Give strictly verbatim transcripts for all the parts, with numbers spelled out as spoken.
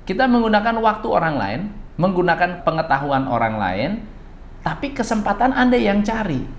Kita menggunakan waktu orang lain, menggunakan pengetahuan orang lain, tapi kesempatan Anda yang cari.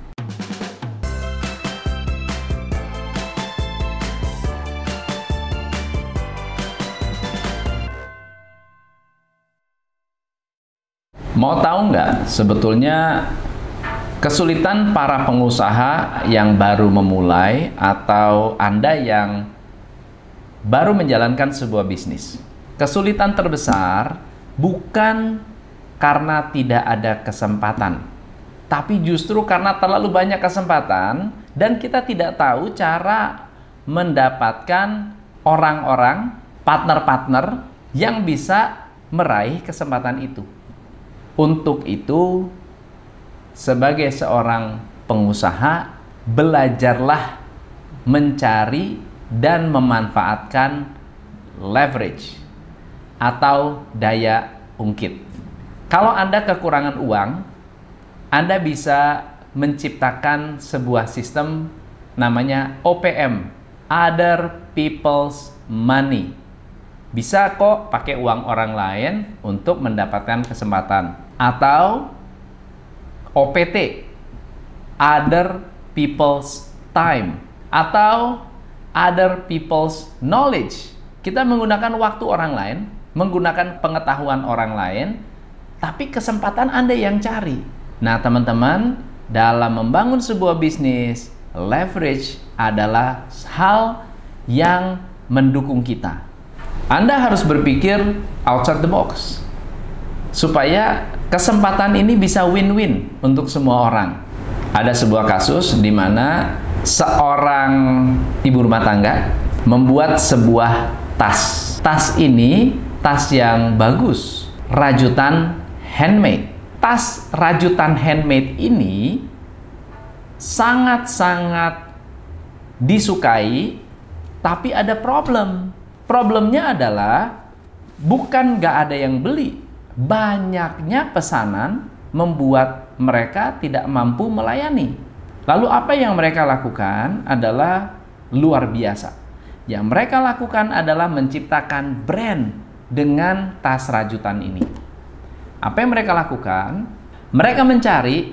Mau tahu nggak sebetulnya kesulitan para pengusaha yang baru memulai atau Anda yang baru menjalankan sebuah bisnis? Kesulitan terbesar bukan karena tidak ada kesempatan, tapi justru karena terlalu banyak kesempatan dan kita tidak tahu cara mendapatkan orang-orang, partner-partner yang bisa meraih kesempatan itu. Untuk itu, sebagai seorang pengusaha, belajarlah mencari dan memanfaatkan leverage atau daya ungkit. Kalau Anda kekurangan uang, Anda bisa menciptakan sebuah sistem namanya O P M, Other People's Money. Bisa kok pakai uang orang lain untuk mendapatkan kesempatan. Atau O P T, Other People's Time. Atau Other People's Knowledge. Kita menggunakan waktu orang lain, menggunakan pengetahuan orang lain, tapi kesempatan Anda yang cari. Nah, teman-teman, dalam membangun sebuah bisnis, leverage adalah hal yang mendukung kita. Anda harus berpikir outside the box, supaya kesempatan ini bisa win-win untuk semua orang. Ada sebuah kasus di mana seorang ibu rumah tangga membuat sebuah tas. Tas ini tas yang bagus, rajutan handmade. Tas rajutan handmade ini sangat-sangat disukai, tapi ada problem. Problemnya adalah bukan nggak ada yang beli, banyaknya pesanan membuat mereka tidak mampu melayani. Lalu apa yang mereka lakukan adalah luar biasa. Yang mereka lakukan adalah menciptakan brand dengan tas rajutan ini. Apa yang mereka lakukan? Mereka mencari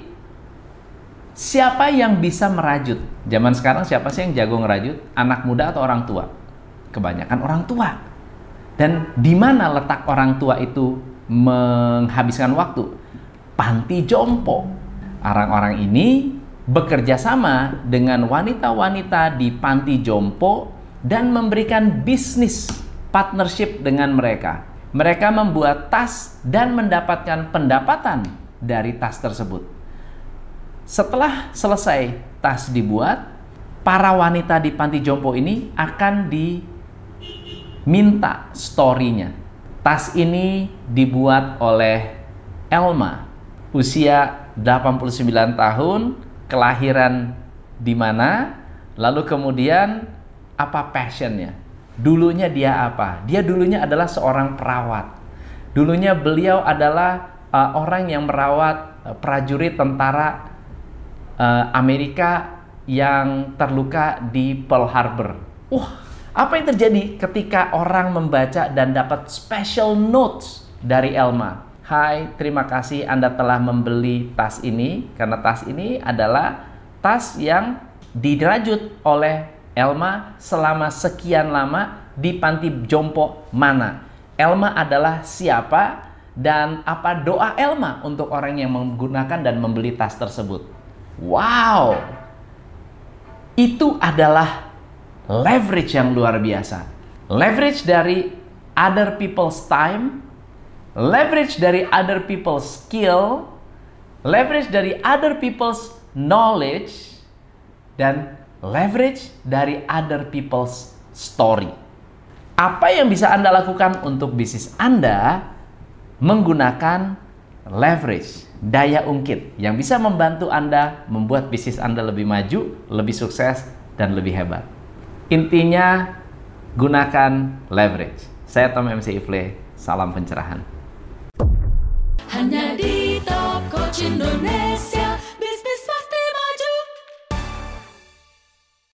siapa yang bisa merajut. Zaman sekarang siapa sih yang jago ngerajut? Anak muda atau orang tua? Kebanyakan orang tua. Dan di mana letak orang tua itu menghabiskan waktu? Panti jompo. Orang-orang ini bekerja sama dengan wanita-wanita di panti jompo dan memberikan bisnis partnership dengan mereka. Mereka membuat tas dan mendapatkan pendapatan dari tas tersebut. Setelah selesai tas dibuat, para wanita di panti jompo ini akan diminta story-nya. Tas ini dibuat oleh Elma, usia delapan puluh sembilan tahun, kelahiran di mana, lalu kemudian apa passionnya? Dulunya dia apa? Dia dulunya adalah seorang perawat. Dulunya beliau adalah uh, orang yang merawat uh, prajurit tentara uh, Amerika yang terluka di Pearl Harbor. Wah, apa yang terjadi ketika orang membaca dan dapat special notes dari Elma? Hai, terima kasih Anda telah membeli tas ini, karena tas ini adalah tas yang dirajut oleh Elma selama sekian lama di panti jompo mana. Elma adalah siapa dan apa doa Elma untuk orang yang menggunakan dan membeli tas tersebut. Wow, itu adalah leverage yang luar biasa. Leverage dari other people's time, leverage dari other people's skill, leverage dari other people's knowledge, dan leverage dari other people's story. Apa yang bisa Anda lakukan untuk bisnis Anda menggunakan leverage, daya ungkit yang bisa membantu Anda membuat bisnis Anda lebih maju, lebih sukses, dan lebih hebat. Intinya, gunakan leverage. Saya Tom M C Ifle, salam pencerahan. Hanya di Top Coach Indonesia.